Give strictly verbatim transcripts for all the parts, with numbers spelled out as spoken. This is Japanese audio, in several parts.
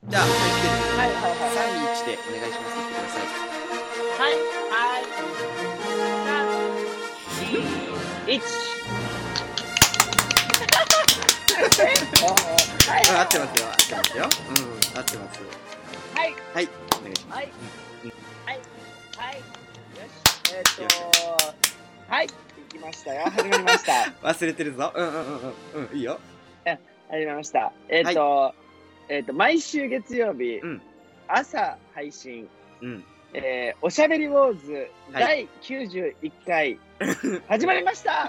じゃあ、入ってる。 はいはいはい。 さん、に、いちでお願いします。言ってください。 はい、はい。さん、に、いち。えはいあ、合ってはますよ。合ってますよ。うん、合ってます。 はい。 はい、お願いします。 はい。 うん、 はい。はい。よし。えーっとはい。行きましたよ。始まりました。 忘れてるぞ。うんうんうんうん。うん、いいよ。 え、始まりました。えーっはい。 と、えーっと、毎週月曜日、 うん。 朝配信、 うん。 えーおしゃべりウォーズはい。 だいきゅうじゅういっかい、始まりました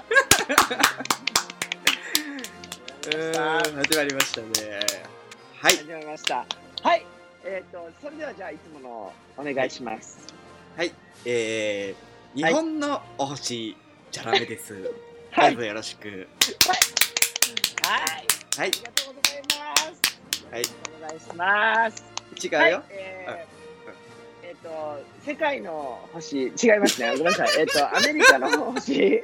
うーん、始まりましたね。はい。 始まりました。はい。えっ、と、それではじゃあ、いつものお願いします。 はい。えー、日はい。 本のお星、チャラメです。 はい。 どうぞよろしく。 はい。 はいあり。がとうございます。 はい。 お願いします。 違うよ。 はい。えー、えっ、と、世界の星、違いますね。ごめんなさい。えっ、と、アメリカの星、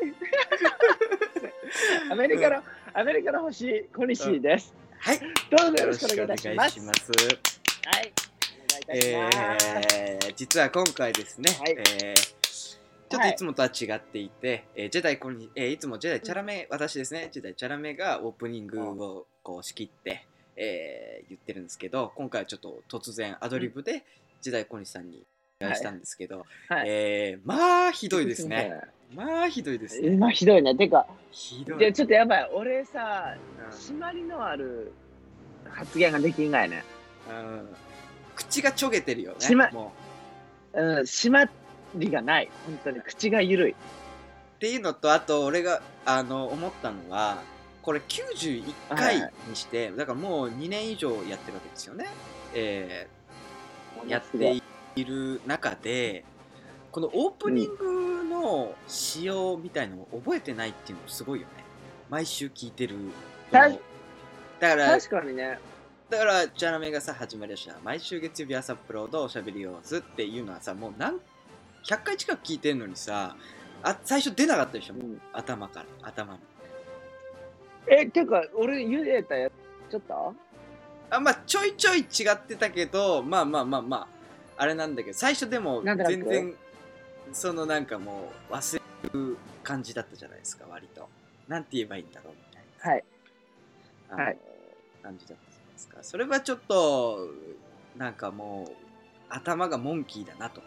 アメリカの、アメリカの星、小西です。 はい。 どうぞよよろろしくおしくお願い願いいたします。 します。 はい。お願いいたします。 えー、実は今回ですね、 はいえーちょっといつもとは違っていて、えージェダイこに、えーいつもジェダイチャラメ、私ですね、ジェダイチャラメがオープニングをこう仕切って、えー言ってるんですけど、今回はちょっと突然アドリブでジェダイ小西さんにお願いしたんですけど、 はい。 えーまあひどいですね。 すまあひどいですみません。 ね。 まあ、ひどいね。てか、 ひどい。 じゃあちょっとやばい。俺さ、 うん締まりのある発言ができんがいね。 うん口がちょげてるよね。 しまもうん、締まりがない。本当に口が緩い。 うっていうのと、あと俺があの思ったのは、これきゅうじゅういっかいにして、だからもうにねん以上やってるわけですよね。えーやっている中で、このオープニングの仕様みたいのを覚えてないっていうのもすごいよね。毎週聞いてるこの。だから、 確かにね。 だから、チャラメがさ、始まりました。毎週月曜日朝アップロードおしゃべりウォーズっていうのはさ、もう何、ひゃっかい近く聞いてんのにさ、あ、最初出なかったでしょ、もう、 うん、 頭から、頭に。 え、てか、俺、茹でたやつ、ちょっとあ、まあ、ちょいちょい違ってたけど、まあまあまあまあ、あれなんだけど、最初でもなんとなく全然、そのなんかもう忘れる感じだったじゃないですか、割と。なんて言えばいいんだろうみたいな。 はい。 あの、 はい。 感じだったじゃないですか。それはちょっと、なんかもう、頭がモンキーだなと。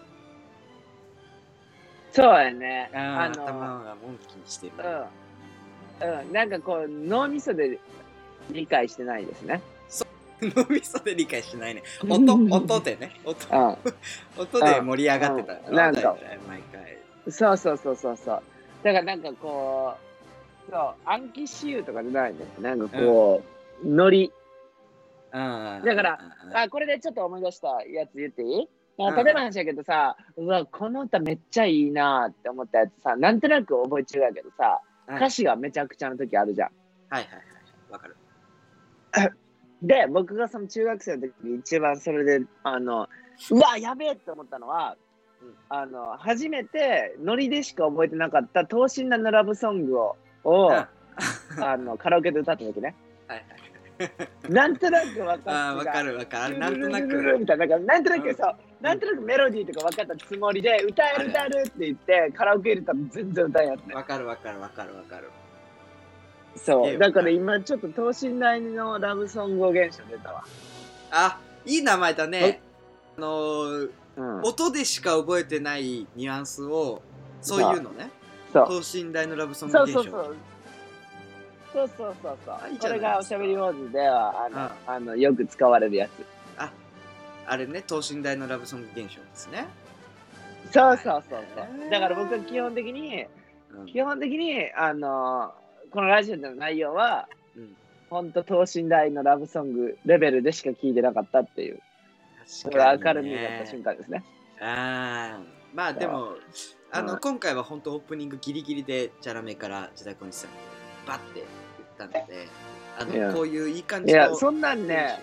そうやね。 ああの、 頭がモンキーにしてる。 うん。うん。なんかこう、脳みそで理解してないですね。 脳みそで理解しないね。音、音でね。音、 うん、 音で盛り上がってたうん、なんか、 毎回。 そうそうそうそうそう。だからなんかこう、そう、暗記私有とかじゃないね。なんかこう、ノリ。 だだから、あ、これでちょっと思い出したやつ言っていい？なんか例えば話だけどさ、うわ、この歌めっちゃいいなって思ったやつさ、なんとなく覚え違うけどさ、歌詞がめちゃくちゃの時あるじゃん。 はいはいはい。わかる。 で、僕がその中学生の時に一番それで、あの、うわ、やべえって思ったのは、うん、あの、初めてノリでしか覚えてなかった等身大のラブソングを、をあのカラオケで歌った時ね。はいはい。なんとなく分かった。 ああ、わかるわかる。なんとなく。 みたいな、なんとなくそう、なんとなくメロディーとか分かったつもりで、歌える歌えるって言って、カラオケ入れたら全然歌えやつね。 わかるわかるわかるわかる。 そう、だから今ちょっと等身大のラブソング現象出たわ。 あ、いい名前だね。あのーうん、音でしか覚えてないニュアンスを、そういうのね。そう。等身大のラブソング現象。そうそうそう。 そうそうそうそう。これがおしゃべりウォーズではあの、ああのよく使われるやつ。あ、 あれね、等身大のラブソング現象ですね。 そうそうそうそう。だから僕は基本的に、うん、基本的にあのこのラジオの内容は、うん、本当等身大のラブソングレベルでしか聞いてなかったっていう。これは明るみになった瞬間ですね。 ああ、まあでもあの、うん、今回は本当オープニングギリギリでチャラメからジェダイ小西さんにバッて言ったので、あのこういういい感じの、 いやそんなんね、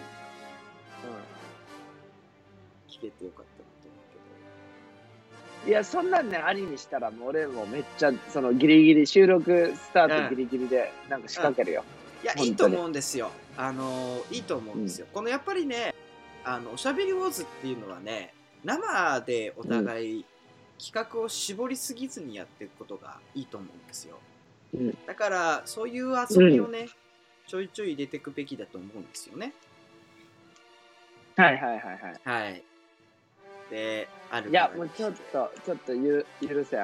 うん、聞けてよかったなと思うけど、いやそんなんねありにしたらもう俺もめっちゃそのギリギリ収録スタートギリギリでなんか仕掛けるよ。 うんうん、いやいいと思うんですよ。あのいいと思うんですよ。うん、このやっぱりねあのおしゃべりウォーズっていうのはね、生でお互い企画を絞りすぎずにやっていくことがいいと思うんですよ。 うん、 だからそういう遊びをね、うん、ちょいちょい入れていくべきだと思うんですよね。 はいはいはいはい。 はい。で、あるいや、もうちょっと、ちょっとゆ許せん。 あ、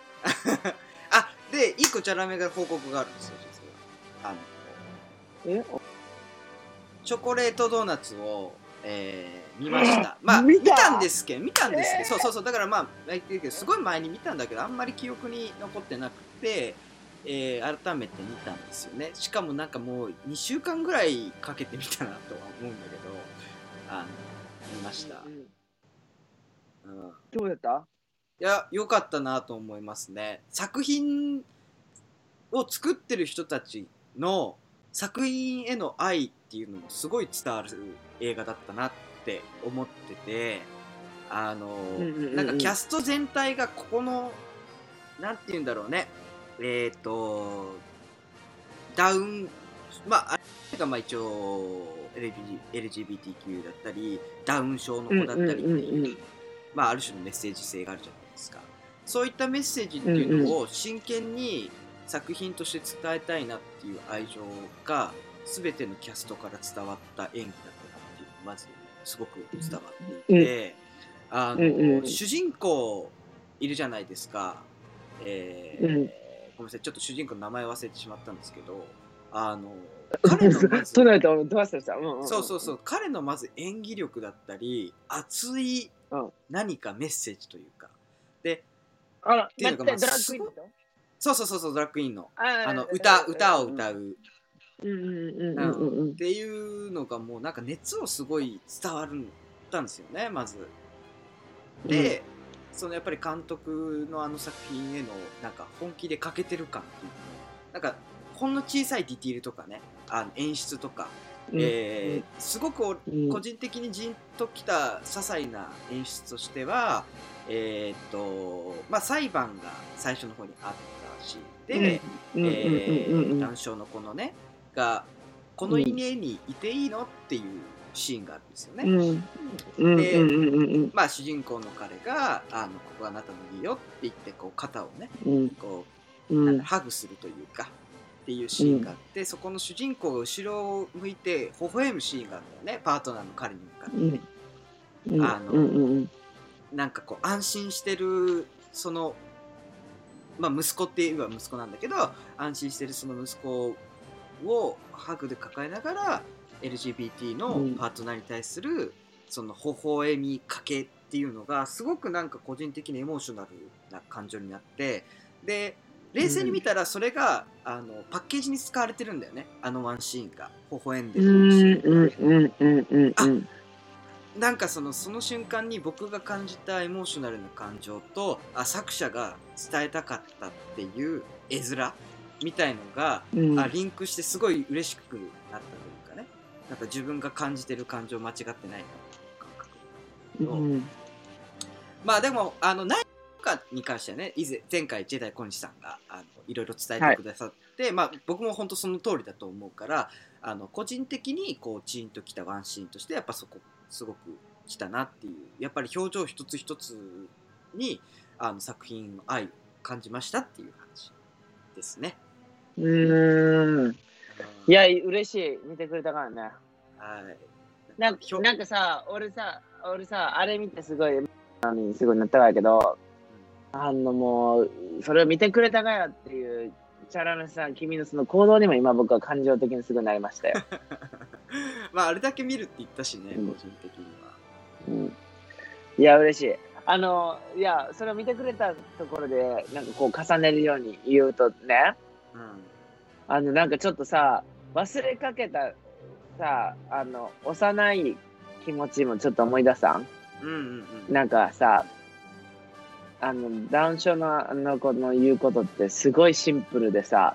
で、一個チャラメが報告があるんですよ、実は。あの、えチョコレートドーナツを、えー、見ました。まあ、見たんですけど、見たんですけど、えー、そうそうそう、だからまあ、言ってるけど、すごい前に見たんだけど、あんまり記憶に残ってなくて、えー、改めて見たんですよね。しかもなんかもうにしゅうかんぐらいかけてみたなとは思うんだけど、あの、見ました。うん、うん、 どうだった？ いや、良かったなと思いますね。作品を作ってる人たちの作品への愛っていうのもすごい伝わる映画だったなって思ってて、あの、うんうんうんうん、なんかキャスト全体がここのなんて言うんだろうね、えっ、ー、とダウン、まああれがまあ一応 エルジービーティーキュー だったりダウン症の子だったりっていう、うんうんうん、まあある種のメッセージ性があるじゃないですか。そういったメッセージっていうのを真剣に作品として伝えたいなっていう愛情が全てのキャストから伝わった演技だったなっていうのがまずすごく伝わっていて、うん、あの、うんうん、主人公いるじゃないですか、えーうん、ごめんなさい、ちょっと主人公の名前忘れてしまったんですけど、あの彼のまずそうそうそう、彼のまず演技力だったり熱い何かメッセージというかで、 あら、っていうのがまあドラッグインのそうそうそうそう、ドラッグインのあの歌歌を歌うっていうのがもうなんか熱をすごい伝わるんたんですよね、まず。で、うん、そのやっぱり監督のあの作品へのなんか本気で欠けてる感っていうのなんかほんの小さいディティールとかね、あの演出とか、うん、えー、すごく個人的にジンときた些細な演出としては、えーっとまあ、裁判が最初の方にあったシーンで、談笑の子のねがこの家にいていいのっていうシーンがあるんですよね。うん、で、まあ、主人公の彼があのここはあなたの家よって言ってこう肩をね、うん、こうなんかハグするというかっていうシーンがあって、うん、そこの主人公が後ろを向いて微笑むシーンがあったよね、パートナーの彼に向かってね。うん、あの、うんうんなんかこう安心してるその、まあ、息子って言えば息子なんだけど安心してるその息子をハグで抱えながら エルジービーティー のパートナーに対するその微笑みかけっていうのがすごくなんか個人的にエモーショナルな感情になって、で冷静に見たらそれが、うん、あのパッケージに使われてるんだよね、あのワンシーンが微笑んでるワンシーンが。あなんかそのその瞬間に僕が感じたエモーショナルな感情とあ作者が伝えたかったっていう絵面みたいのが、うん、あリンクしてすごい嬉しくなったというかね、なんか自分が感じてる感情間違ってないなっていう感覚だけど、うん、まあでもあの内容とかに関してはね、以前前回ジェダイ小西さんがあのいろいろ伝えてくださって、はい、まあ僕も本当その通りだと思うから、あの個人的にこうチーンときたワンシーンとしてやっぱそこすごく来たなっていう、やっぱり表情一つ一つにあの作品の愛を感じましたっていう話ですね。 うーん、いや嬉しい、見てくれたからね。はい。なんかなんかさ俺さ俺さあれ見てすごいすごいなったからやけど、うん、あのもうそれを見てくれたかやっていうチャラメさん君のその行動にも今僕は感情的にすごいなりましたよ。 まああれだけ見るって言ったしね、うん、個人的には、 うん、いや嬉しい。あのいやそれを見てくれたところでなんかこう重ねるように言うとね、うん、あのなんかちょっとさ忘れかけたさあの幼い気持ちもちょっと思い出さん、うんうんうん、なんかさあのダウン症のあの子の言うことってすごいシンプルでさ、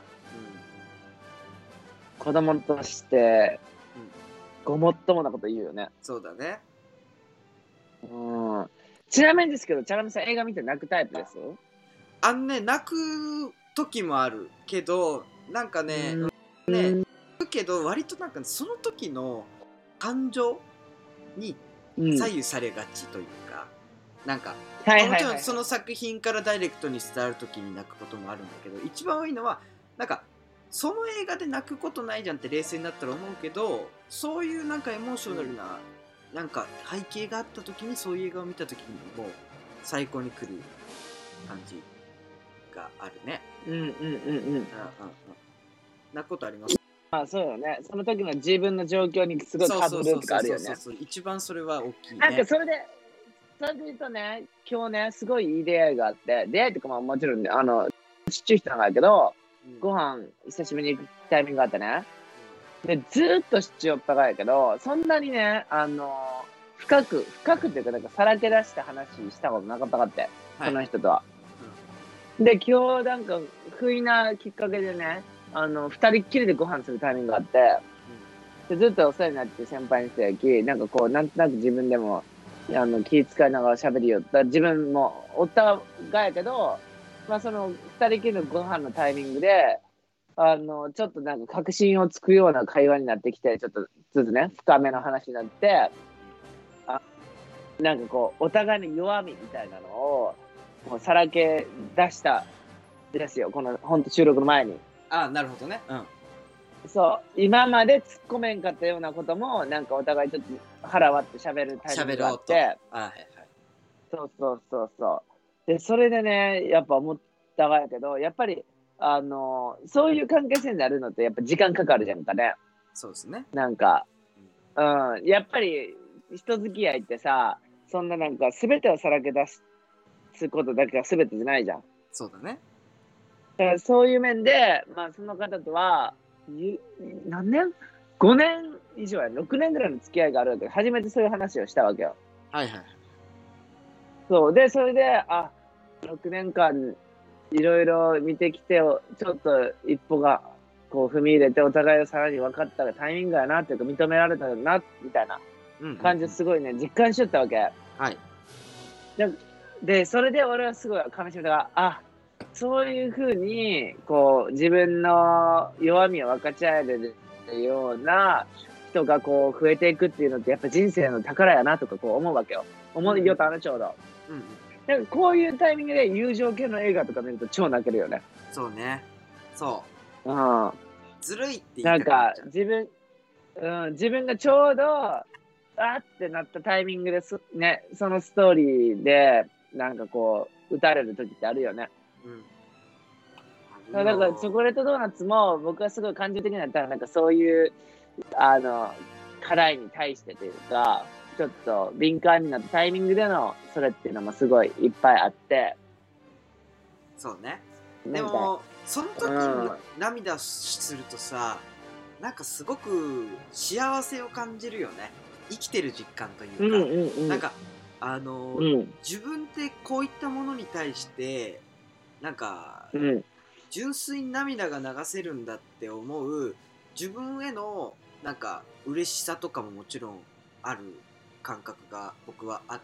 うん、子供として、うん、ごもっともなこと言うよね。 そうだね。 うん。ちなみにですけど、チャラメさん映画見て泣くタイプです？ あのね、泣く時もあるけど、なんかね、うん、ね、泣くけど割となんかその時の感情にうん左右されがちというか、なんか、 はいはいはい。 もちろんその作品からダイレクトに伝わるときに泣くこともあるんだけど、一番多いのはなんかその映画で泣くことないじゃんって冷静になったら思うけど、そういうなんかエモーショナルな、うん、なんか背景があったときに、そういう映画を見たときにもう最高に来る感じがあるね。 うんうんうんうん。うんうんうん。 泣くことあります。 まあそうよね。その時の自分の状況にすごいかぶるとかあるよね。 そうそうそうそうそう。一番それは大きいね。 なんかそれで、それで言うとね、今日ね、すごいいい出会いがあって、出会いとかももちろんね、あの、ちっちゃい人なんだけど、うん、ご飯久しぶりに行くタイミングがあってね。で、ずーっと七よったがやけど、そんなにね、あの、深く、深くっていうか、なんかさらけ出した話したことなかったかって、はい、その人とは。うん、で、今日なんか、不意なきっかけでね、あの、二人っきりでご飯するタイミングがあって、うん、でずっとお世話になって先輩にしてやき、なんかこう、なんとなく自分でも、あの気遣いながら喋りよった自分もおったがやけど、まあその二人きりのご飯のタイミングで、あのちょっとなんか確信をつくような会話になってきて、ちょっとずつね深めの話になって、あなんかこうお互いの弱みみたいなのをもうさらけ出したですよ、この本当収録の前に。 ああ、なるほどね。うん。 そう今まで突っ込めんかったようなこともなんかお互いちょっと腹割って喋るタイミングがあって、あ、はいはい、そうそうそうそうで、それでねやっぱ思ったがやけど、やっぱりあのそういう関係性になるのってやっぱ時間かかるじゃんかね。 そうですね。 なんか、うん、やっぱり人付き合いってさ、そんななんか全てをさらけ出すことだけが全てじゃないじゃん。 そうだね。 だからそういう面で、まあその方とは何年 ?ご 年以上やろくねんぐらいの付き合いがあるわけで、初めてそういう話をしたわけよ。 はいはい。 そうで、それで、あ、ろくねんかんいろいろ見てきて、ちょっと一歩がこう踏み入れて、お互いをさらに分かったらタイミングやなっていうか、認められたらなみたいな感じですごいね、実感しちゃったわけ。 はい。 で、でそれで俺はすごいかみしめたが、あ、そういうふうにこう自分の弱みを分かち合えるような人がこう増えていくっていうのってやっぱ人生の宝やなとかこう思うわけよ。思うよったな、ちょうど。うん。だからこういうタイミングで友情系の映画とか見ると超泣けるよね。 そうね。そう。 うん。 ずるいって言いなんか自分、うん、自分がちょうどあってなったタイミングですね、そのストーリーでなんかこう打たれる時ってあるよね。うん、だからチョコレートドーナツも僕はすごい感情的になったらなんかそういうあの課題に対してというかちょっと敏感になったタイミングでのそれっていうのもすごいいっぱいあって。 そうね。でもその時に涙するとさ、なんかすごく幸せを感じるよね。生きてる実感というか、うんうんうん、なんかあの、うん、自分ってこういったものに対してなんか、うん、純粋に涙が流せるんだって思う自分へのなんか嬉しさとかももちろんある感覚が僕はあって、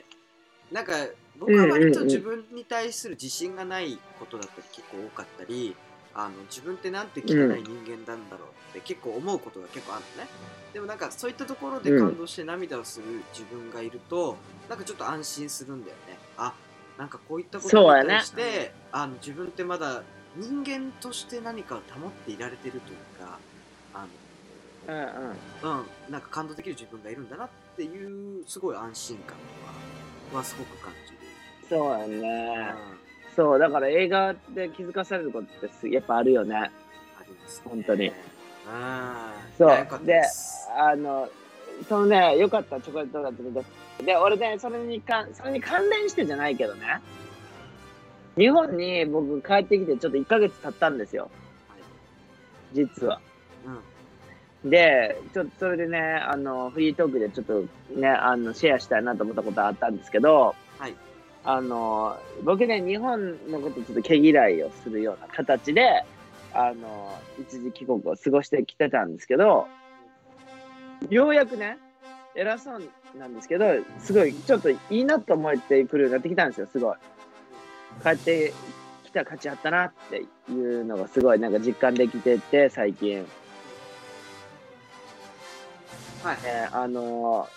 なんか僕は割と自分に対する自信がないことだったり結構多かったり、あの自分ってなんて汚い人間なんだろうって結構思うことが結構あるのね。でもなんかそういったところで感動して涙をする自分がいると、なんかちょっと安心するんだよね。あ、なんかこういったことに対して、ね、あの自分ってまだ人間として何かを保っていられてるというか、あの、うんうん、うん、なんか感動できる自分がいるんだなっていうすごい安心感とかはすごく感じる。そうやね、うん、そうだから映画で気づかされることってやっぱあるよね。ありますね、本当に。あ、そうで、あのそのね、よかったチョコレートだったけど、で俺ね、それにかそれに関連してじゃないけどね、日本に僕帰ってきてちょっといっかげつ経ったんですよ、実は。うん、でちょっとそれでね、あのフリートークでちょっとね、あのシェアしたいなと思ったことあったんですけど、はい、あの僕ね、日本のことちょっと毛嫌いをするような形であの一時帰国を過ごしてきてたんですけど、ようやくね、偉そうなんですけど、すごいちょっといいなと思えてくるようになってきたんですよ。すごい帰ってきた価値あったなっていうのがすごいなんか実感できてて、最近。はい、えー、あの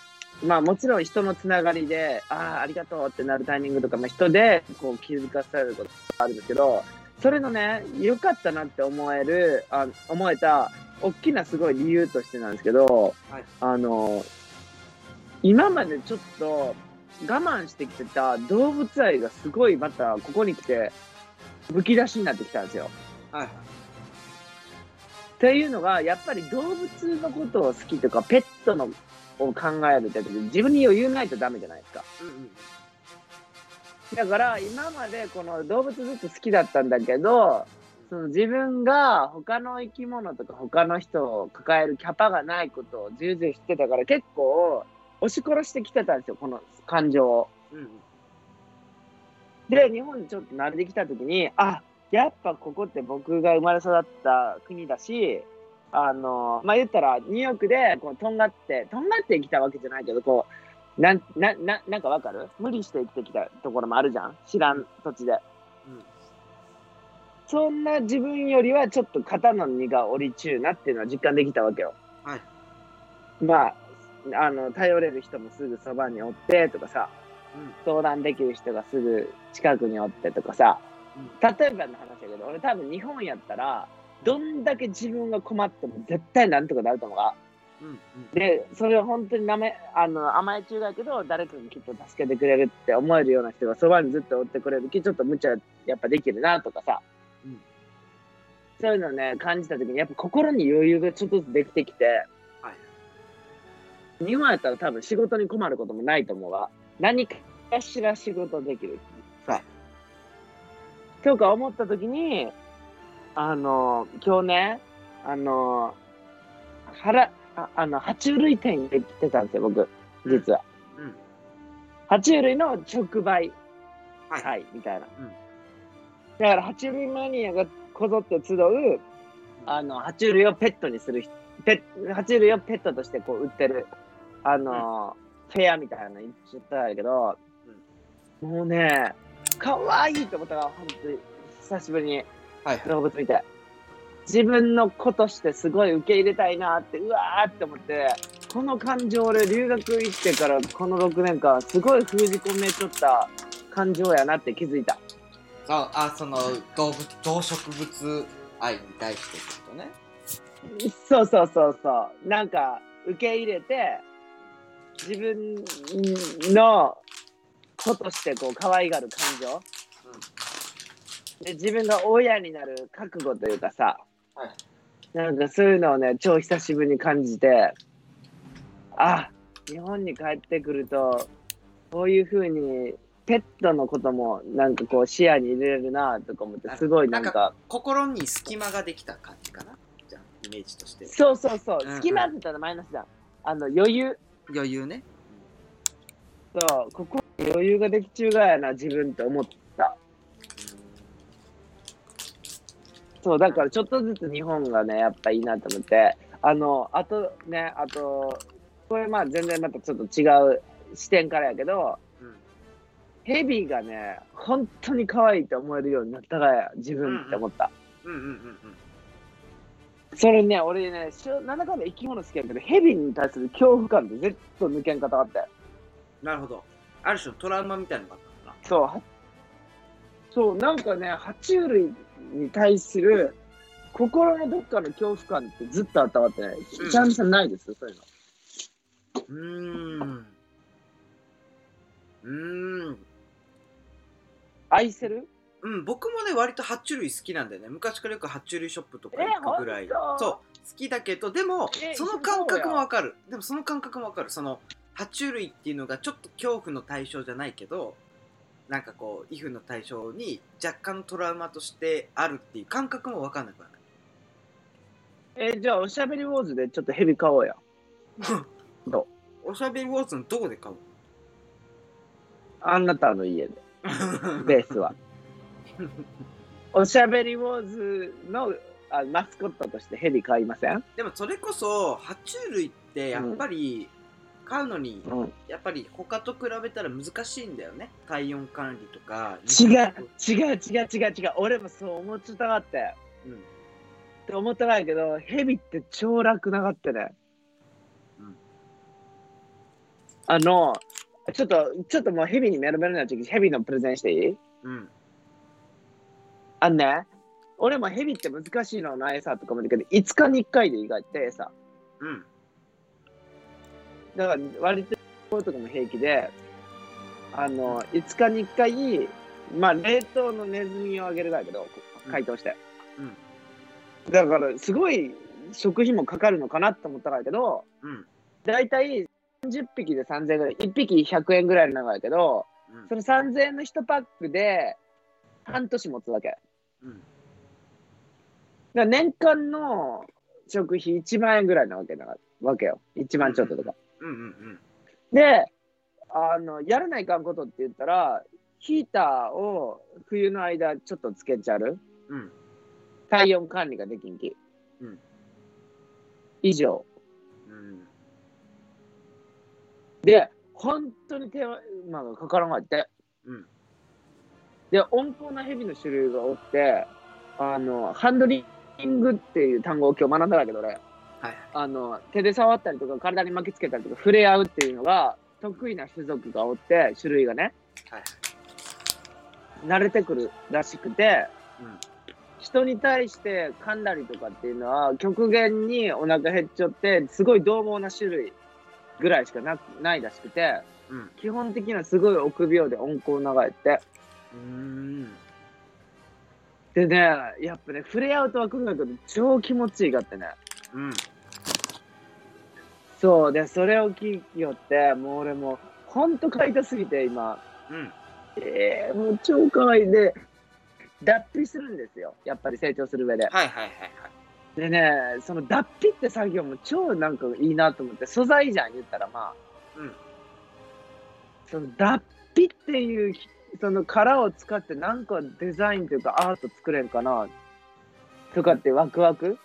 まあもちろん人のつながりで、ああ、ありがとうってなるタイミングとか、まあ、人でこう気づかされることがあるんですけど、それのね、良かったなって思える、あ思えた、大きなすごい理由としてなんですけど、 はい、 あの、今までちょっと我慢してきてた動物愛がすごいまたここに来て、むき出しになってきたんですよ。 はいはい。 っていうのが、やっぱり動物のことを好きとか、ペットのを考えるって時に自分に余裕ないとダメじゃないですか。 うんうん。 だから今までこの動物ずっと好きだったんだけど、その自分が他の生き物とか他の人を抱えるキャパがないことを重々知ってたから結構押し殺してきてたんですよ、この感情を。 うんうん。 で、日本にちょっと慣れてきた時に、あ、やっぱここって僕が生まれ育った国だし、あの、まあ、言ったらニューヨークでこうとんがって、とんがって生きたわけじゃないけど、こう、なん、な、な、なんかわかる？無理して生きてきたところもあるじゃん、知らん土地で。 うんそんな自分よりはちょっと肩の荷が下りちゅうなっていうのは実感できたわけよ。 はい。 まあ、あの、頼れる人もすぐそばにおってとかさ、 うん相談できる人がすぐ近くにおってとかさ、 うん例えばの話だけど、俺多分日本やったら、どんだけ自分が困っても絶対なんとかなると思うが。 うんうん。 で、それは本当になめ、あの、甘え中だけど、誰かがきっと助けてくれるって思えるような人がそばにずっとおってくれるき、ちょっと無茶やっぱできるなとかさ、 うんそういうのね、感じた時に、やっぱ心に余裕がちょっとずつできてきて、 はい。 日本やったら多分仕事に困ることもないと思うわ。何かしら仕事できる。 はい。 とか思った時に、あの、今日ね、あの、腹、ああの、爬虫類店に行ってたんですよ、僕、実は。 うん。 爬虫類の直売はい。 会みたいな。 うんだから、爬虫類マニアがこぞって集う、あの、爬虫類をペットにする人、ペ爬虫類をペットとしてこう売ってる、あの、フェアみたいなの行っちゃったんだけど、もうね、可愛いと思ったから、本当に、久しぶりにはいはい。 動物見て。自分の子としてすごい受け入れたいなって、うわーって思って、この感情俺留学行ってからこのろくねんかん、すごい封じ込めちょった感情やなって気づいた。 あ、あ、その動物、動植物愛に対してってことね。 そうそうそうそう。なんか、受け入れて、自分の子としてこう可愛がる感情。で、自分が親になる覚悟というかさ、 はい。 なんかそういうのをね、超久しぶりに感じて、あ、日本に帰ってくると、こういう風に、ペットのこともなんかこう視野に入れれるなとか思って、すごいなんか、 なんか心に隙間ができた感じかな。じゃあイメージとしては。 そうそうそう、 うんうん隙間って言ったらマイナスだ。あの余裕、 余裕ね。 そう、ここに余裕ができちゅうがやな、自分って思った。そう、だからちょっとずつ日本がね、やっぱいいなと思って、あの、あとね、あと、これまあ全然またちょっと違う視点からやけど、 うんヘビがね、本当に可愛いと思えるようになったからや、自分って思った。 うんうんうんうん。 それね、俺ね、しょなんだかんだ生き物好きやけど、ヘビに対する恐怖感って絶対抜けんかったかったよ。 なるほど。ある種のトラウマみたいなのがあったのかそう、はそう、なんかね、爬虫類に対する心のどっかの恐怖感ってずっとあったわってね、 うんちゃんみさんないですそういうの。 な。うーん。うーん。 愛せるうん、僕もね、割と爬虫類好きなんだよね。昔からよく爬虫類ショップとか行くぐらい。 えほんとそう、好きだけど、でも、 えその感覚もわかる。でも、その感覚もわかる。その、爬虫類っていうのがちょっと恐怖の対象じゃないけど、なんかこう、イフの対象に若干トラウマとしてあるっていう感覚もわかんなくなる。 え、じゃあ、おしゃべりウォーズでちょっとヘビ買おうや。どうおしゃべりウォーズのどこで買うあなたの家で、 のベースは。おしゃべりウォーズのあマスコットとしてヘビ買いません？ でもそれこそ爬虫類ってやっぱり買うのに、 うん、 やっぱり他と比べたら難しいんだよね。体温管理とか。 違う違う違う違う違う、俺もそう思っちゃったかって。 うんって思ったないけど、ヘビって超楽なかったね。 うんあの、ちょっと、ちょっともうヘビにメロメロになっちゃうけど、ヘビのプレゼンしていい？ うん。 あのね、俺もヘビって難しいのないさとかもだけど、いつかにいっかいで意外ってさ。 うん。 だから割とこういうとかも平気で、あの、いつかにいっかい、まあ冷凍のネズミをあげるだけど、解凍して。 うん。 だからすごい食費もかかるのかなって思ったんだけど、 うん。 だいたいさんじゅっぴきでさんぜんえんぐらい、いっぴきひゃくえんぐらいの長いけど、 うん。 そのさんぜんえんのいちパックで半年持つわけ。 うん。 だから年間の食費いちまんえんぐらいなわけだわけよ。いちまんちょっととか。 うんうんうん。 で、あの、やらないかんことって言ったら、ヒーターを冬の間ちょっとつけちゃう。 うん。 体温管理ができんき。 うん。 以上。 うん。 で、本当に手間がかからなかった。 うん。 で、温厚なヘビの種類がおって、あの、ハンドリングっていう単語を今日学んだんだけど、俺。 はい。 あの、手で触ったりとか、体に巻きつけたりとか、触れ合うっていうのが得意な種族がおって、種類がね。 はい。 慣れてくるらしくて、 うん。 人に対して噛んだりとかっていうのは極限にお腹減っちゃってすごい獰猛な種類ぐらいしか な, ないらしくて、 うん、 基本的にはすごい臆病で温厚長いって。 うーん。 でね、やっぱね触れ合うと分かるんだけど超気持ちいいがってね。 うん。 そうでそれを聞きよってもう俺もほんと飼いたすぎて今。 うん。 えー、もう超可愛いで脱皮するんですよ、やっぱり成長する上で。 はいはいはいはい。 でね、その脱皮って作業も超なんかいいなと思って、素材じゃん言ったらまあ、 うん。 その脱皮っていうその殻を使ってなんかデザインというかアート作れんかなとかってワクワク、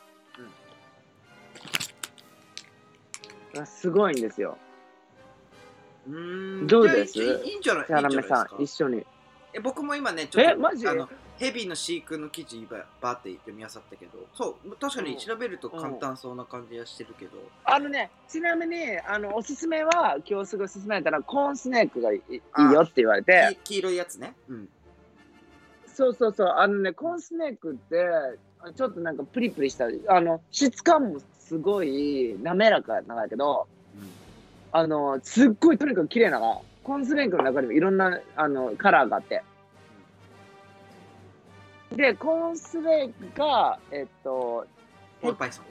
うん、すごいんですよ。 うーん。 どうです？ いいんじゃないキャラメさん一緒に。 え、僕も今ね、ちょっと、 え、マジ？ あの、ヘビの飼育の記事ばバーって読み漁ったけど、そう、確かに調べると簡単そうな感じはしてるけど。うんうん、 あのね、ちなみに、あの、おすすめは、今日すぐおすすめやったら、コーンスネークがいい、いいよって言われて。 黄色いやつね。うん。 そうそうそう、あのね、コーンスネークって、ちょっとなんかプリプリした、あの、質感もすごい滑らかなんだけど、うん、あの、すっごいとにかく綺麗なの。コーンスネークの中にもいろんなあのカラーがあって。で、コーンスネークが、えっと、 ポールパイソン。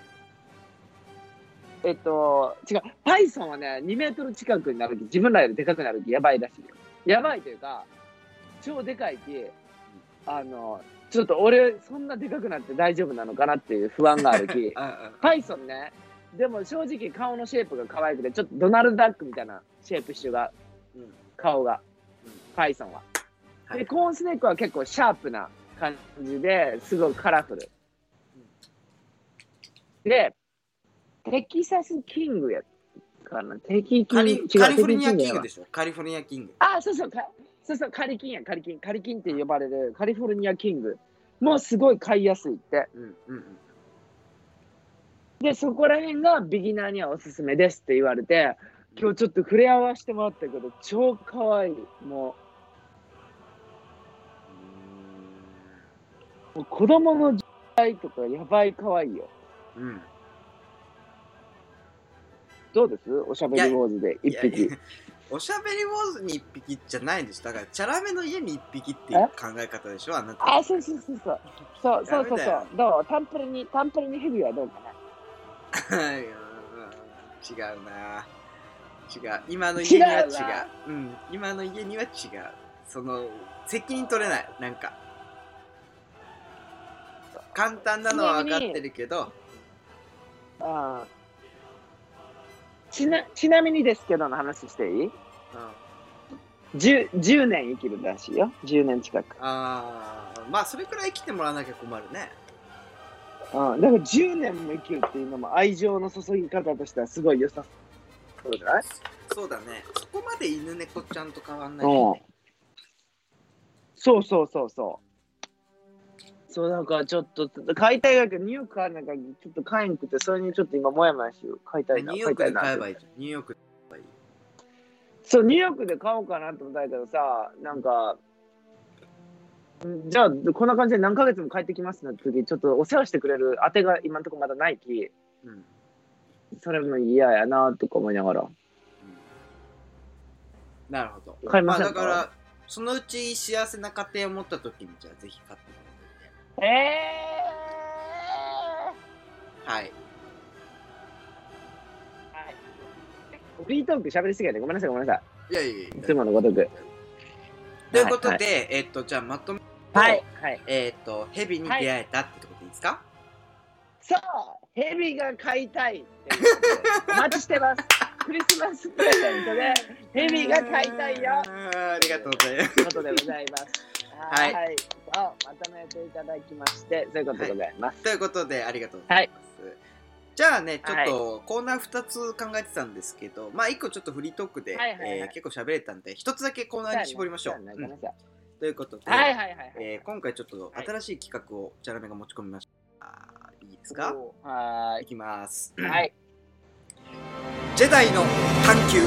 えっと、違う、パイソンはね、にメートル近くになるき、自分らよりでかくなるき、やばいらしいよ。やばいというか、超でかいき、あの、ちょっと俺、そんなでかくなって大丈夫なのかなっていう不安があるき、パイソンね、でも正直顔のシェイプが可愛くて、ちょっとドナルド・ダックみたいなシェイプしてるが、うん、顔が、うん、パイソンは。はい、で、コーンスネークは結構シャープな感じですごいカラフル。うん、で、テキサスキングやかな。テキキング。 カリフォルニアキングでしょ。カリフォルニアキング。 あ、そうそうか。そうそう、カリキンや、カリキン。カリキンって呼ばれるカリフォルニアキング。もうすごい飼いやすいって。うんうんうん、で、そこら辺がビギナーにはおすすめですって言われて、今日ちょっと触れ合わせてもらったけど、超かわいい。もう、もう子供の時代とかやばいかわいいよ。うん。どうです？おしゃべりウォーズで一匹。 おしゃべりウォーズに一匹じゃないです。だからチャラメの家に一匹っていう考え方でしょ、あなた。 あ、そうそうそうそう。そうそうそうそう。どう？タンプレにタンプレにヘビはどうかな。違うな。違う。今の家には違う。うん。今の家には違う。その責任取れない。なんか簡単なのは分かってるけど。 ああ。ちな、ちなみにですけどの話していい？うん、10, じゅうねん生きるらしいよ。じゅうねん近く。 ああ、まあそれくらい生きてもらわなきゃ困るね。 うん、だからじゅうねんも生きるっていうのも愛情の注ぎ方としてはすごい良さそうじゃない？ そうだね。そこまで犬猫ちゃんと変わんない、ね、うん。 そうそうそうそう。そうだからちょっと買いたいわけどニューヨーク買えなんかちょっと買えんくてそれにちょっと今もやもやしよう。買いたいな。 ニューヨークで買えばいいじゃん。ニューヨークで買えばいい。 そう、ニューヨークで買おうかなと思ったけどさ、なんか、じゃあ、こんな感じで何ヶ月も帰ってきますの時、ちょっとお世話してくれる当てが今のところまだないき、うん、それも嫌やなとか思いながら。うん、 なるほど。 買いませんか？ まあ、だから、そのうち幸せな家庭を持った時に、じゃあぜひ買ってもらって。えー、はい。 フリートーク喋りすぎやで、ごめんなさい、ごめんなさい。いやいやいや。 いつものごとく。 ということで、はいはい、えっと、じゃあまとめはいはい、 えっと、ヘビに出会えたってことでいいですか？はい、 そう、ヘビが飼いたいっていうことで、お待ちしてます。クリスマスプレゼントで、ヘビが飼いたいよ。 ありがとうございます。 ということでございます。はい、はい、そうまとめていただきまして、そういうことでございます。 はい、ということで、ありがとうございます。はい、じゃあね、ちょっと、はい、コーナーふたつ考えてたんですけど、まあいっこちょっとフリートークで、はいはいはい、えー、結構喋れたんで、ひとつだけコーナーに絞りましょう。うん、ということで、今回ちょっと新しい企画をチャラメが持ち込みました。はい、いいですか？ はい。 いきます。 はい。 ジェダイの探求。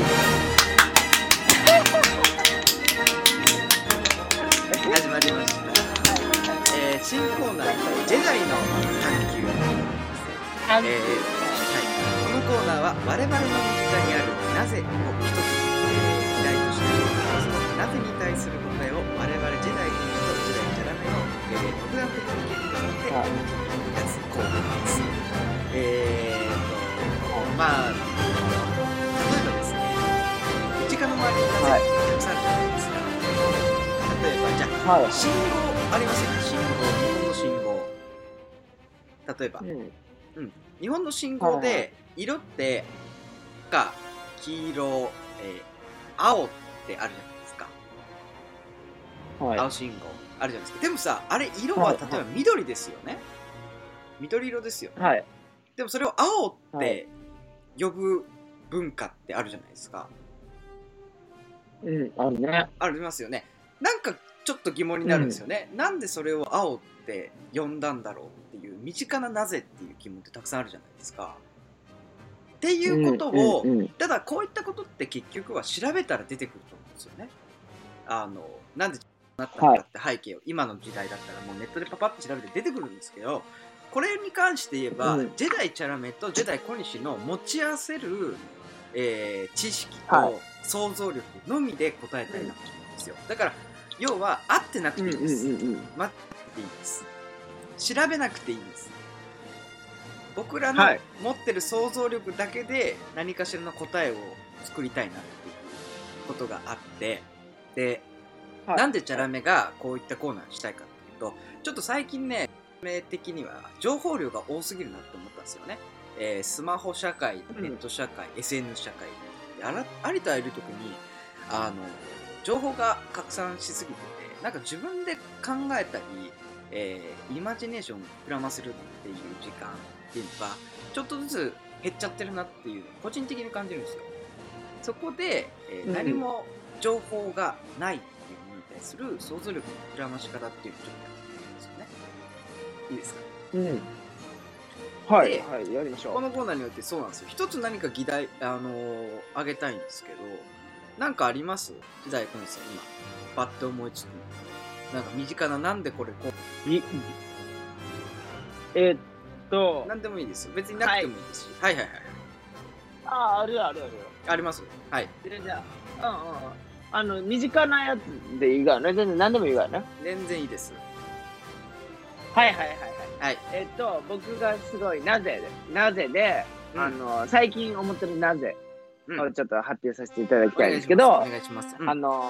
始まりました。えー、新コーナー、ジェダイの探求。えーはい、このコーナーは我々の身近にあるなぜを一つ、えー、議題としてそのなぜに対する答えを我々ジェダイ君とジェダイチャラメの、えー、独断的に意見によってやつコーナーです。えーとまあ例えばですね、身近の周りになぜたくさんあるじゃないですか。例えばじゃあ、はい、信号ありますよね。信号、日本の信号。例えば、うんうん、日本の信号で色って赤、黄色、えー、青ってあるじゃないですか。はい、青信号あるじゃないですか。でもさ、あれ色は例えば緑ですよね。はい、緑色ですよね。はい、でもそれを青って呼ぶ文化ってあるじゃないですか。 うん、あるね。 ありますよね。なんかちょっと疑問になるんですよね。うん、なんでそれを青って呼んだんだろうっていう身近ななぜっていう疑問ってたくさんあるじゃないですか。っていうことを、うんうんうん、ただこういったことって結局は調べたら出てくると思うんですよね。あのなんでなったのかって背景を、はい、今の時代だったらもうネットでパパッと調べて出てくるんですけど、これに関して言えば、うん、ジェダイチャラメとジェダイ小西の持ち合わせる、えー、知識と想像力のみで答えたいなと思うんですよ。だから要は合ってなくていいです。待っていいです。調べなくていいんです。僕らの持ってる想像力だけで何かしらの答えを作りたいなっていうことがあって、で、はい、なんでチャラメがこういったコーナーしたいかっていうと、ちょっと最近ね、チャラメ的には情報量が多すぎるなって思ったんですよね。えー、スマホ社会、ネット社会、うん、エスエヌエス 社会、あらありとあらゆる時にあの情報が拡散しすぎてて、なんか自分で考えたり、えー、イマジネーションを膨らませるっていう時間っていうのがちょっとずつ減っちゃってるなっていう個人的に感じるんですよ。そこで、えーうん、何も情報がないっていうものに対する想像力の膨らまし方っていうのをちょっとやってみるんですよね。いいですか？ うん。はい、はい、やりましょう。 このコーナーによってそうなんですよ。一つ何か議題、あのー、あげたいんですけど、なんかあります？時代小西さん今パッと思いつくなんか身近な、なんでこれこういえー、っとなんでもいいですよ。別になくてもいいですし、はい、はいはいはいああ、あるあるあるあります。はい。 じゃあ、うんうんうん、あの身近なやつでいいからね。全然何でもいいからね。 全然いいです。 はいはいはいはい。 はい、 えっと僕がすごいなぜでなぜで、うん、あの最近思ってるなぜをちょっと発表させていただきたいんですけど、 お願いします。 うん、あの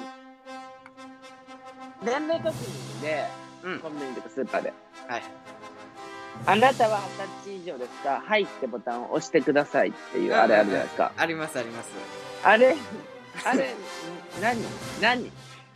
年齢確認で、うん、コンビニとかスーパーで、 はい、 あなたははたち以上ですか、はいってボタンを押してくださいっていうあれあるじゃないですか。 ありますあります。 あれあれ何何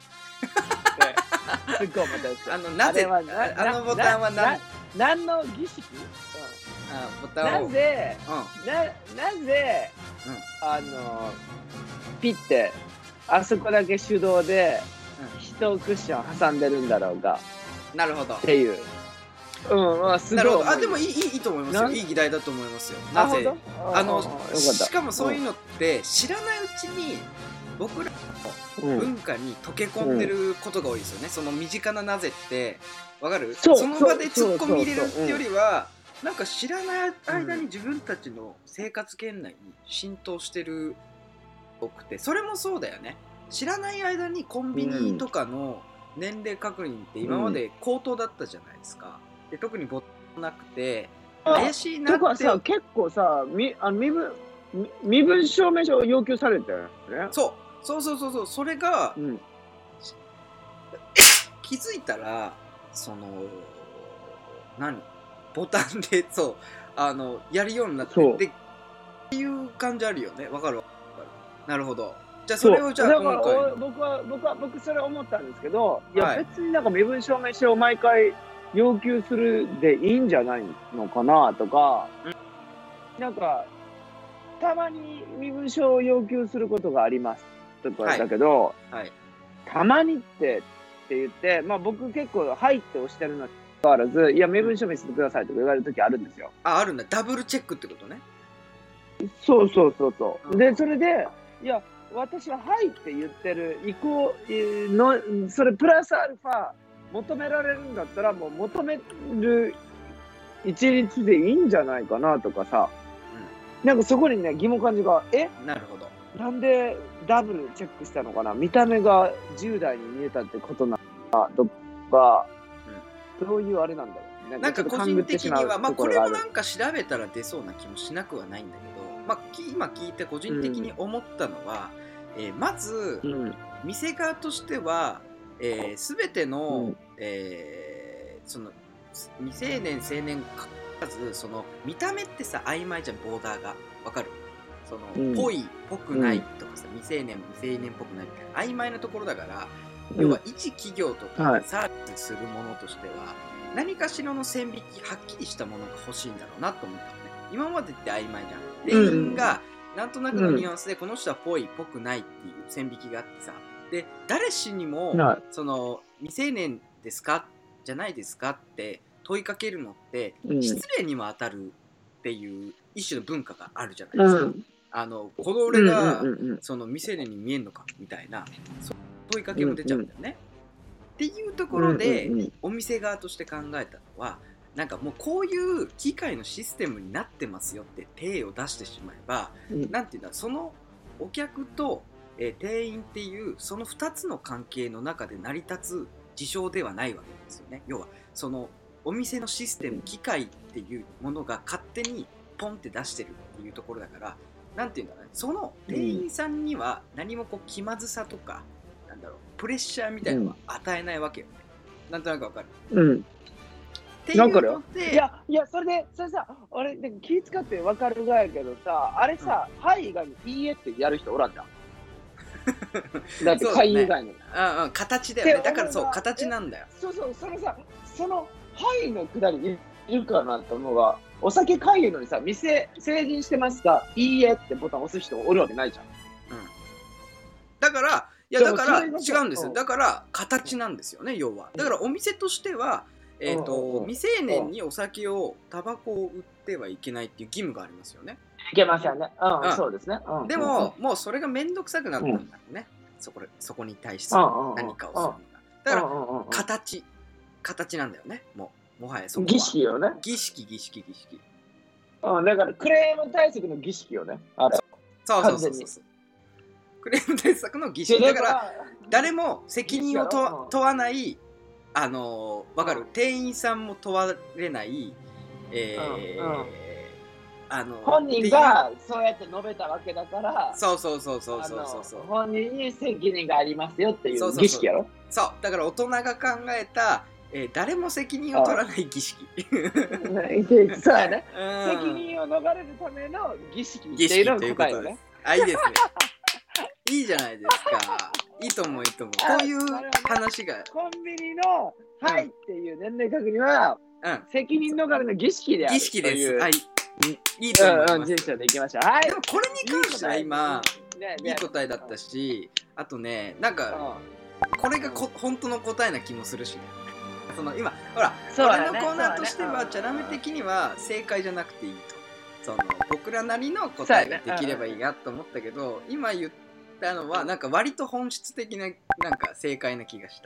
すっごい思ったんですよ。 あのなぜああのボタンは何何の儀式、うん、 あボタンをなぜ、うん、ななぜ、うん、あのピッてあそこだけ手動で一クッション挟んでるんだろうが、 なるほどっていう、うん、すごい。 あ、でもいいいいと思いますよ。いい議題だと思いますよ。なぜあのしかもそういうのって知らないうちに僕らの文化に溶け込んでることが多いですよね、うん、その身近ななぜってわかる？ そ, その場で突っ込み入れるってよりはなんか知らない間に自分たちの生活圏内に浸透してる多くて、それもそうだよね。知らない間にコンビニとかの年齢確認って今まで口頭だったじゃないですか。で特にボタンなくて怪しいなって。 とかさ、結構さ、みあの身分身分証明書を要求されてるね。 そうそうそうそうそう、それが、うん、気づいたらその何ボタンでそうあのやるようになってでっていう感じあるよね。わかるわかる。なるほど。じゃあそれをじゃあ今回僕は僕は僕それ思ったんですけど、いや、はい、別になんか身分証明書を毎回要求するでいいんじゃないのかなとか、うん、なんかたまに身分証を要求することがありますとかだけど、はいはい、たまにってって言って、まあ僕結構はいって押してるのにかかわらず、いや身分証明してくださいとか言われる時あるんですよ。 あ、あるんだ。ダブルチェックってことね。 そうそうそうそう。うん、でそれでいや私ははいって言ってる以降のそれプラスアルファ求められるんだったらもう求める一律でいいんじゃないかなとかさ、うん、なんかそこにね疑問感じがえなるほどなんでダブルチェックしたのかな、見た目がじゅう代に見えたってことなのかとか、うん、どういうあれなんだろうね。 なんか個人的にはまあこれもなんか調べたら出そうな気もしなくはないんだけど、まあ、今聞いて個人的に思ったのは、うんえー、まず、うん、店側としては、えー、全ての、うんえー、その未成年青年かかずその見た目ってさ曖昧じゃん。ボーダーがわかる？その、うん、ぽいぽくないとかさ、うん、未成年未成年っぽくないみたいな曖昧なところだから、うん、要は一企業とかサービスするものとしては、はい、何かしらの線引きはっきりしたものが欲しいんだろうなと思ったのね。今までって曖昧じゃん。店員がなんとなくのニュアンスでこの人はぽいぽくないっていう線引きがあってさ、で誰しにも、うん、その未成年ですかじゃないですかって問いかけるのって失礼にも当たるっていう一種の文化があるじゃないですか。うん、あのこの俺が、うんうんうん、その未成年に見えんのかみたいな問いかけも出ちゃうんだよね。うんうん、っていうところで、うんうん、お店側として考えたのはなんかもうこういう機械のシステムになってますよって手を出してしまえば、うん、なんていうんだそのお客と、えー、店員っていうそのふたつの関係の中で成り立つ事象ではないわけですよね。要はそのお店のシステム機械っていうものが勝手にポンって出してるっていうところだから、なんていうんだろうね、その店員さんには何もこう気まずさとか、うん、なんだろうプレッシャーみたいなのは与えないわけよね。うん、なんとなくわかる。 うん。っていうので、いやいやそれでそれさ、俺で気使ってわかるぐらいやけどさ、あれさ、うん、はい以外にいいえってやる人おらんじゃん。だって会以外に。 うんうん、形だよね。だからそう形なんだよ。 そうそう、そのさ、そのはいのくだりいるかなと思うが、お酒買いのにさ、店成人してますか、いいえってボタン押す人おるわけないじゃん。うん。 だからいやだから違うんですよ。だから形なんですよね、要は。だからお店としては。えーと、未成年にお酒をタバコを売ってはいけないっていう義務がありますよね。 いけますよね。うん、うん、そうですね。うん、 でも、うん、もうそれが面倒くさくなったんだろうね。うん、そこそこに対して何かをするのが。だから、形、形なんだよね。もう、もはやそこは。 儀式よね。 儀式、儀式、儀式。 うん、だからクレーム対策の儀式よね。あれ。 そうそうそうそう。クレーム対策の儀式。だから、誰も責任を問わない、あのー、分かる、うん、店員さんも問われない、えーうんうん、あの本人がそうやって述べたわけだからそうそうそうそうそうそう本人に責任がありますよっていう儀式やろ。 そうそうそうそうだから大人が考えた、えー、誰も責任を取らない儀式そうやね、うん、責任を逃れるための儀式っていうのが答えよね。 あ、いいですねいいじゃないですか。いいと思う、いいと思う。こういう話が。 コンビニの「はい」っていう年齢確認は、うん、責任逃れの儀式である。 儀式です。はい。いいと思います。うん、 人生でいきましょう。はい。 でもこれに関しては今、いい答えだったし、あとね、なんか、これがこ本当の答えな気もするしね。その今、ほら、これのコーナーとしては、チャラメ的には正解じゃなくていいと。その僕らなりの答えができればいいなと思ったけど、今言ったのはなんか割と本質的ななんか正解な気がした。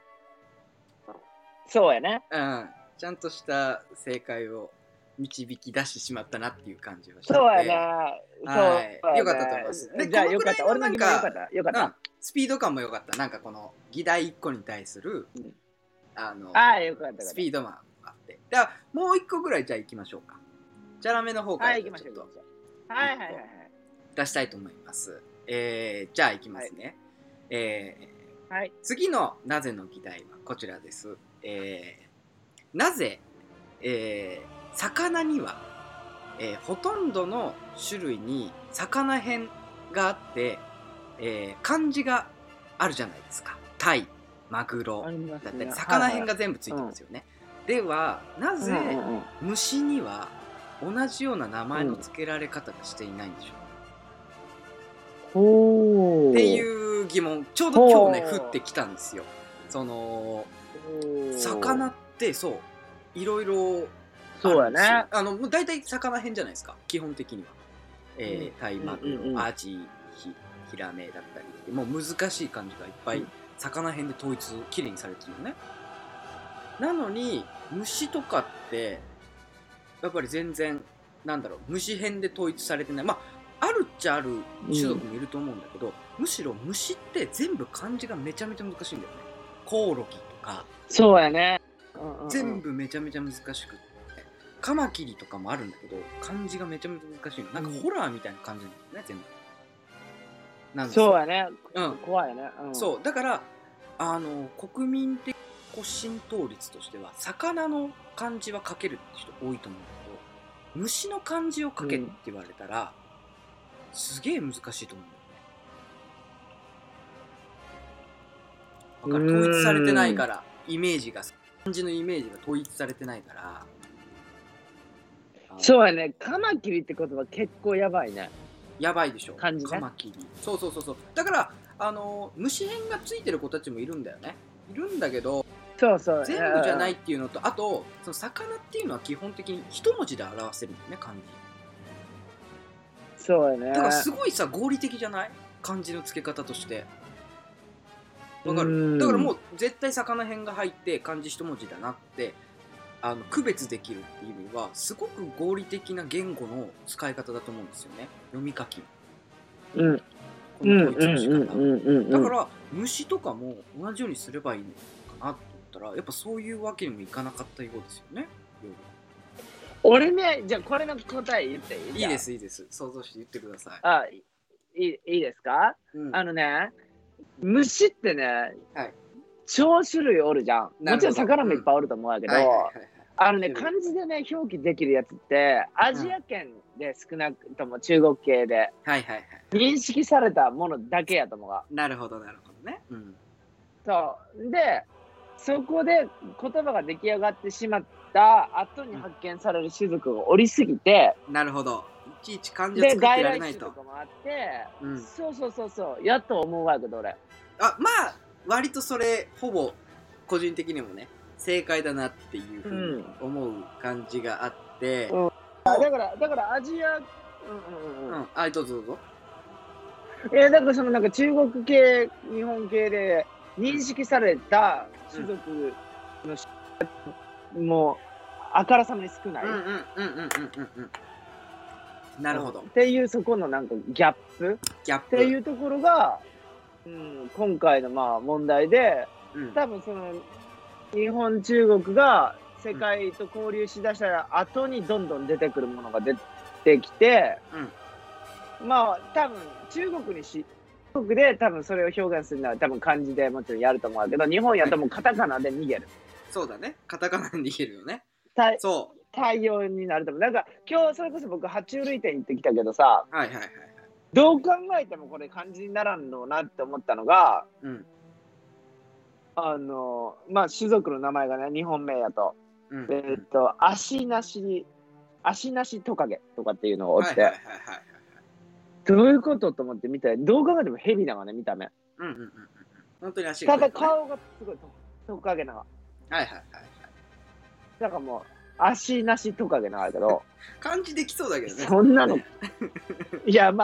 そうやね。 うん、ちゃんとした正解を導き出してしまったなっていう感じはしてて。 そうやね。 はい、 そうやね。 よかったと思います。で、 じゃあこのくらいのなんか、 よかった。よかった。 うん、スピード感も良かった。なんかこの議題いっこに対する、うん、あのあよかったスピード感があって。ではもういっこぐらいじゃあ行きましょうか。チャラめの方からちょっと、 はいはいはいはい、 出したいと思います。えー、じゃあ行きますね。はい、えーはい、 次のなぜの議題はこちらです。えー、なぜ、えー、魚には、えー、ほとんどの種類に魚編があって、えー、漢字があるじゃないですか。タイ、マグロだったり、魚編が全部ついてますよね。はいはい、ではなぜ虫には同じような名前の付けられ方がしていないんでしょう、うん、っていう疑問、ちょうど今日ね降ってきたんですよ。その魚ってそういろいろそうやね。 あの大体魚編じゃないですか基本的には、えー、タイマグロ、うんうん、アジ、ヒ、ヒラメだったりもう難しい漢字がいっぱい、うん、魚編で統一きれいにされてるよね。なのに虫とかってやっぱり全然なんだろう虫編で統一されてない。まああるっちゃある種族もいると思うんだけど、うん、むしろ虫って全部漢字がめちゃめちゃ難しいんだよね。コオロギとかそうやね、 うんうんうん、全部めちゃめちゃ難しくてカマキリとかもあるんだけど漢字がめちゃめちゃ難しいの。なんかホラーみたいな感じなんだよね全部。 なんですよ。そうやね、うん、怖いね、うん、 そうだからあの国民的浸透率としては魚の漢字は書けるって人多いと思うんだけど虫の漢字を書けって言われたら、うん、すげえ難しいと思うんだよね。だから統一されてないからイメージが漢字のイメージが統一されてないからそうやね。カマキリって言葉結構やばいね。 やばいでしょ漢字ね。 カマキリそうそうそうそうだからあの虫編がついてる子たちもいるんだよね。いるんだけどそうそう全部じゃないっていうのとあとその魚っていうのは基本的に一文字で表せるんだよね漢字。そうやね。 だからすごいさ合理的じゃない漢字の付け方としてわかる。だからもう絶対魚編が入って漢字一文字だなってあの区別できるっていう意味はすごく合理的な言語の使い方だと思うんですよね。読み書きうん、この統一の仕方だから虫とかも同じようにすればいいのかなと思ったらやっぱそういうわけにもいかなかったようですよね。 俺ねじゃあこれの答え言っていい？ いいですいいです想像して言ってください。 あいいいいですか、うん、あのね虫ってね、はい、超種類おるじゃん。もちろん魚もいっぱいおると思うんだけど、あのね漢字でね表記できるやつってアジア圏で少なくとも中国系で認識されたものだけやと思うが。 なるほどなるほどね。うん、 そうでそこで言葉が出来上がってしまった後に発見される種族がおりすぎて、 うん、なるほどいちいち漢字を作ってられないと。 で外来種とかもあって、うん、そうそうそうそうやっと思うわけど俺あまあ割とそれほぼ個人的にもね正解だなっていうふうに思う感じがあって、うんうん、 あだからだからアジアうんうんうん、うん、 あどうぞどうぞ。 えー、だからそのなんか中国系日本系で認識された種族の、うん、もうあからさまに少ない。 なるほど、うん、 っていうそこのなんかギャップギャップっていうところが、うん、今回のまあ問題で、うん、多分その日本中国が世界と交流しだした後にどんどん出てくるものが出てきて、うん、まあ多分中国にし中国で多分それを表現するのは多分漢字でもちろんやると思うけど日本やともうカタカナで逃げる。 そうだねカタカナで逃げるよね。 そう対応になると思う。なんか今日それこそ僕爬虫類店行ってきたけどさ、 はいはいはい、 どう考えてもこれ漢字にならんのなって思ったのが、うん、あのまあ種族の名前がね日本名やと、うん、えー、っと足なし足なしトカゲとかっていうのがおって、はいはいはいはい、どういうことと思って見たらどう考えてもヘビだわね見た目。うんうんうんうん。 本当に足が、 ね、ただ顔がすごいトカゲなの。はいはいはいはい。だからもう足なしトカゲなんだけど感じできそうだけどねそんなのいやまあ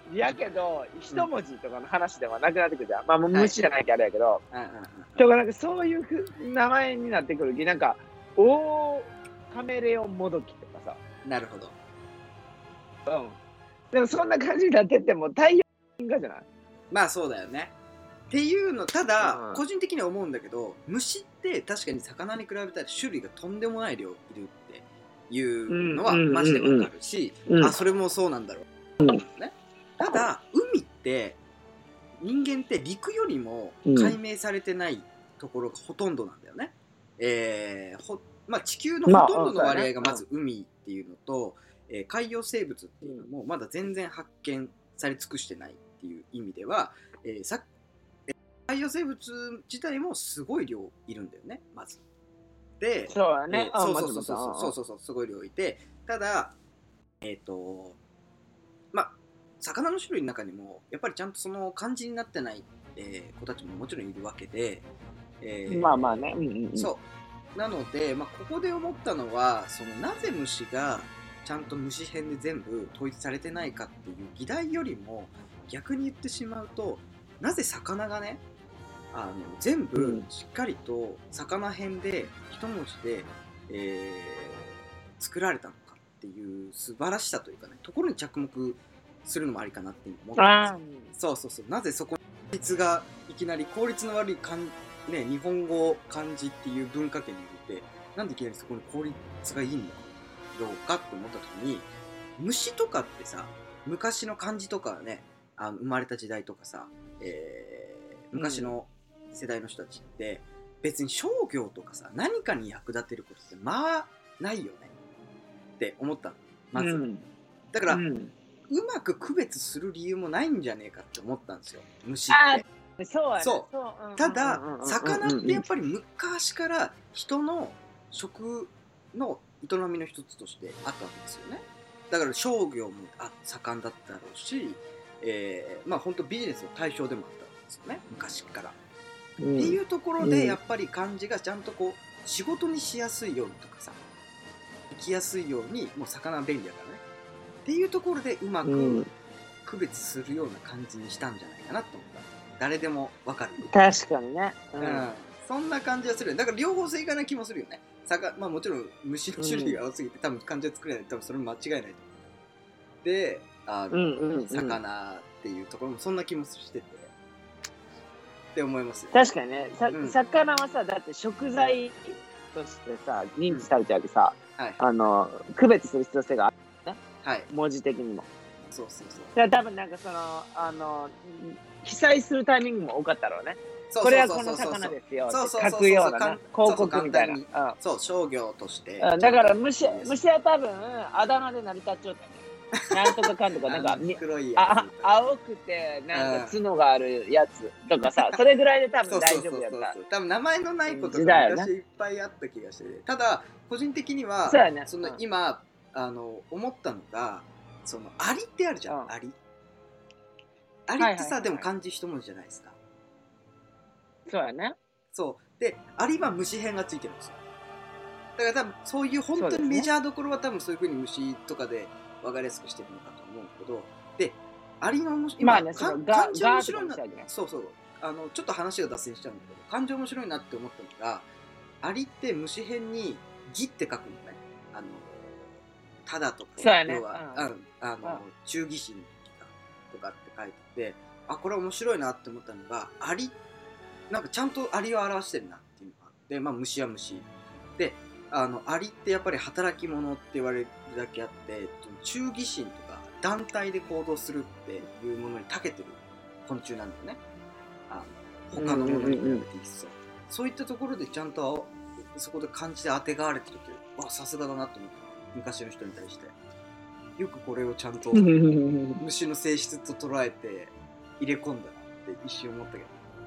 やけど一文字とかの話ではなくなってくるじゃん、まあもうはい虫じゃないけどあれやけど、 うんうんうんとかなんかそういうふ名前になってくるき、なんか大カメレオンもどきとかさ、 なるほど。 うんでもそんな感じになってっても太陽がじゃない。 まあそうだよね。っていうの、ただ、 うん個人的には思うんだけど、虫って確かに魚に比べたら種類がとんでもない量いるっていうのはうんマジでわかるし、 うんあ、それもそうなんだろう、ね。ただ海って人間って陸よりも解明されてないところがほとんどなんだよね。えーほまあ、地球のほとんどの割合がまず海っていうのと、えー海洋生物っていうのもまだ全然発見され尽くしてないっていう意味では、えーさ海洋生物自体もすごい量いるんだよね、まず。で、 そうだね、 えーそうそうそうそうそうそうそうすごい量いて、ただえっ、とまあ魚の種類の中にもやっぱりちゃんとその漢字になってない、えー子たちももちろんいるわけで、えーまあまあね、うんうんうん、 そうなので、まあ、ここで思ったのはそのなぜ虫がちゃんと虫編で全部統一されてないかっていう議題よりも逆に言ってしまうと、なぜ魚がねあの全部しっかりと魚編で一文字で、えー作られたのかっていう素晴らしさというかね、ところに着目するのもありかなって思ったんですよ。そうそうそう、なぜそこに効率がいきなり効率の悪い漢、ね、日本語漢字っていう文化圏に入れて、なんでいきなりそこに効率がいいんだろうかって思った時に、虫とかってさ、昔の漢字とかね、あの生まれた時代とかさ、えー、昔の世代の人たちって別に商業とかさ何かに役立てることってまあないよねって思ったのまず、うん、だから、うん、うまく区別する理由もないんじゃねえかって思ったんですよ、虫って。 そうやね、 そう、ただ魚ってやっぱり昔から人の食の営みの一つとしてあったわけですよね。だから商業もあ盛んだったろうし、えー、まあ本当ビジネスの対象でもあったわけですよね、昔から。うん、っていうところでやっぱり漢字がちゃんとこう仕事にしやすいようにとかさ、生きやすいように、もう魚は便利だからねっていうところでうまく区別するような感じにしたんじゃないかなと思った。誰でもわかる。 確かにね、 うんうん、そんな感じはする。だから両方正解な気もするよね。魚、まあもちろん虫の種類が多すぎて、うん、多分漢字は作れない。多分それも間違いないと思う。で、あの、うんうんうん、魚っていうところもそんな気もしてて。って思いますよ。 確かにね、さ、うん、魚はさ、だって食材としてさ認知されちゃうけどさ、うん、はい、あの区別する必要性があるね、はい、文字的にも。 そうそうそう。 だから多分なんかそのあの記載するタイミングも多かったろうね。これはこの魚ですよって書くような広告みたいな。 そう、商業として。 だから虫虫は多分あだ名で成り立っちゃうね。なんとかかんとか、なんかあ青くてなんか角があるやつとかさ、それぐらいで多分大丈夫やった。 多分名前のないことが昔いっぱいあった気がして、ただ個人的にはその今あの思ったのが、そのアリってあるじゃん、アリ。アリってさ、でも漢字一文字じゃないですか。 そうやね。 そうで、アリは虫編がついてるんですよ。だから多分そういう本当にメジャーどころは多分そういう風に虫とかで分かりやすくしてるのかと思うんだけど、で、アリの面白い、 まあね、 漢字面白いな、そうそう、あのちょっと話が脱線しちゃうんだけど、漢字面白いなって思ったのが、アリって虫編に義って書くのね。あのただとか、 そうやね、 要は、うん、あの忠義心とかって書いてて、あ、これ面白いなって思ったのが、アリなんかちゃんとアリを表してるなっていうのがあって、まあ虫は虫で、あのアリってやっぱり働き者って言われるだけあって、忠義心とか団体で行動するっていうものに長けてる昆虫なんだよね。あの他のものに比べて一層、うんうんうん、そういったところでちゃんとそこで漢字で当てがわれてるという、わ、さすがだなと思った。昔の人に対してよくこれをちゃんと虫の性質と捉えて入れ込んだなって一瞬思ったけど、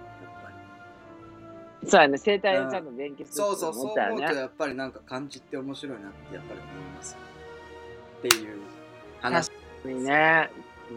そうやね、生態をちゃんと勉強する、 そうそうそう思うとやっぱりなんか漢字って面白いなってやっぱり思いますっていう話にね。 うん、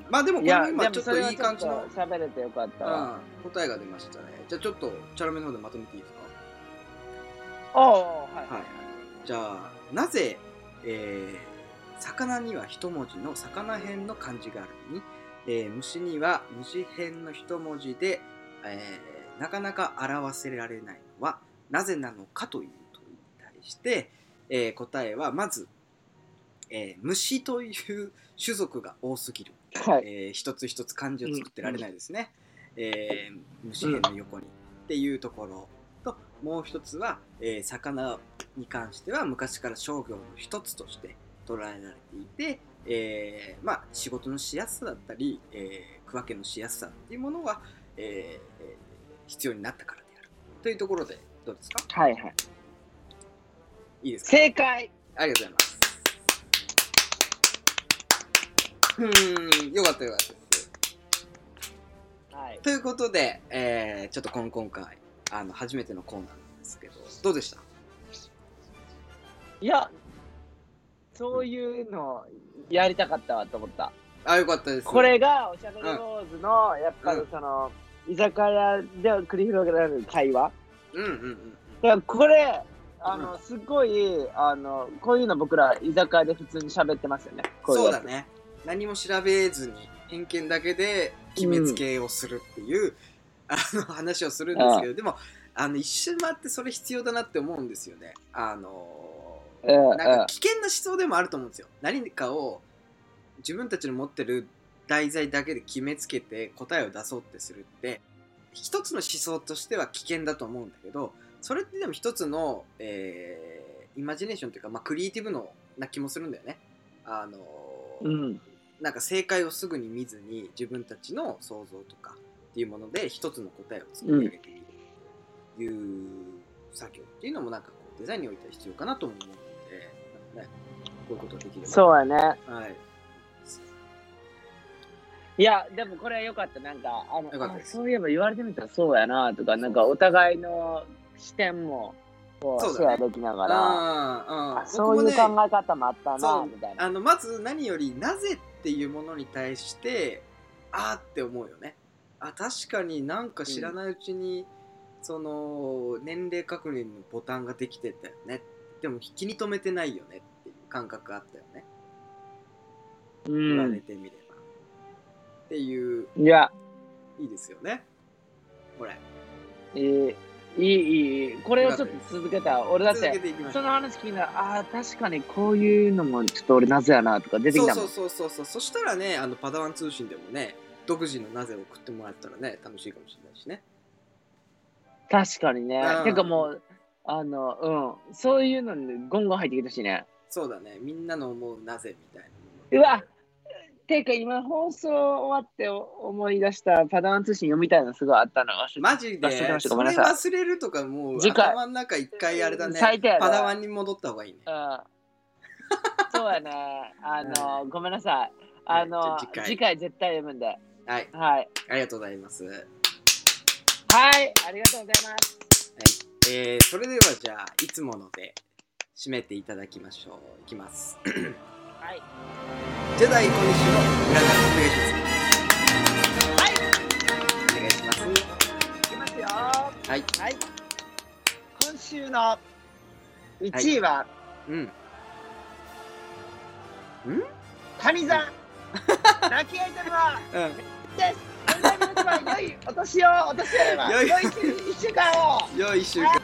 まあでもこれ今ちょっといい感じの喋れてよかったわ、 うん、答えが出ましたね。じゃあちょっとチャラメの方でまとめていいですか。 おお、はいはい、はい、 じゃあなぜ、えー、魚には一文字の魚編の漢字があるのに、 えー、虫には虫編の一文字で、えー、なかなか表せられないのはなぜなのかという問いに対して、えー、答えはまず、えー、虫という種族が多すぎる、 はい、 えー、一つ一つ漢字を作ってられないですね、うんえー、虫編の横に、うん、っていうところと、もう一つは、えー、魚に関しては昔から商業の一つとして捉えられていて、えーまあ、仕事のしやすさだったり、えー、区分けのしやすさっていうものは、えー、必要になったからであるというところでどうですか？ はいはい。 いいですか？ 正解。 ありがとうございます。うーん、よかったよかったです。はい。ということで、えー、ちょっと今今回あの初めてのコーナーなんですけど、どうでした？ いや、そういうのやりたかったわと思った。 あ、よかったです。 これがおしゃべり坊主の、うん、やっぱりその、うん、居酒屋で繰り広げられる会話。 うんうんうん。 だからこれあの、うん、すごいあのこういうの僕ら居酒屋で普通に喋ってますよね。こういうそうだね。何も調べずに偏見だけで決めつけをするっていう、うん、あの話をするんですけど、うん、でもあの一周回ってそれ必要だなって思うんですよね。あのなんか危険な思想でもあると思うんですよ。何かを自分たちの持ってる題材だけで決めつけて答えを出そうってするって一つの思想としては危険だと思うんだけど、それってでも一つの、えー、イマジネーションというか、まあ、クリエイティブのな気もするんだよね。あの、うん、なんか正解をすぐに見ずに自分たちの想像とかっていうもので一つの答えを作り上げてみるという作業っていうのもなんかこうデザインにおいては必要かなと思うので、ね、こういうことができれば。 そうやね。 はい。 いやでもこれは良かった。なんかあのあそういえば言われてみたらそうやなとか、なんかお互いの視点もこうシェアできながら、ああそういう考え方もあったなみたいな。 あのまず何よりなぜっていうものに対してあーって思うよね。あ確かになんか知らないうちに、うん、その年齢確認のボタンができてたよね。でも気に留めてないよねっていう感覚あったよね。うん、言われてみれば。っていういやいいですよねこれ。 えー、いいいいこれをちょっと続けた。俺だってその話聞いたらああ確かにこういうのもちょっと俺なぜやなとか出てきたもん。 そうそうそうそうそう。そしたらねあのパダワン通信でもね独自のなぜを送ってもらったらね楽しいかもしれないしね。 確かにね。てかもうあのうんそういうのにゴンゴン入ってきたしね。 そうだね。みんなの思うなぜみたいな。 うわていうか今放送終わって思い出したパダワン通信読みたいなのすごいあったの。 マジでそれ忘れるとかもう頭の中一回あれだね。パダワンに戻った方がいいね。うん、 そうやね。あの、はい、ごめんなさい。あの、はい、次, 回次回絶対読むんで。 はい。 はい。 ありがとうございます。はい。 ありがとうございます。 はい。えー、それではじゃあいつもので締めていただきましょう。いきます。 はい。 ジェダイ小西の裏側お願いします。 はい。 お願いします。 いきますよ。はい。はい。 今週のいちいは、はい、うん。 うん谷さん泣きアイテムは、うん、です。それでは皆様良いお年をお年をれば良いいっしゅうかんを良いいっしゅうかん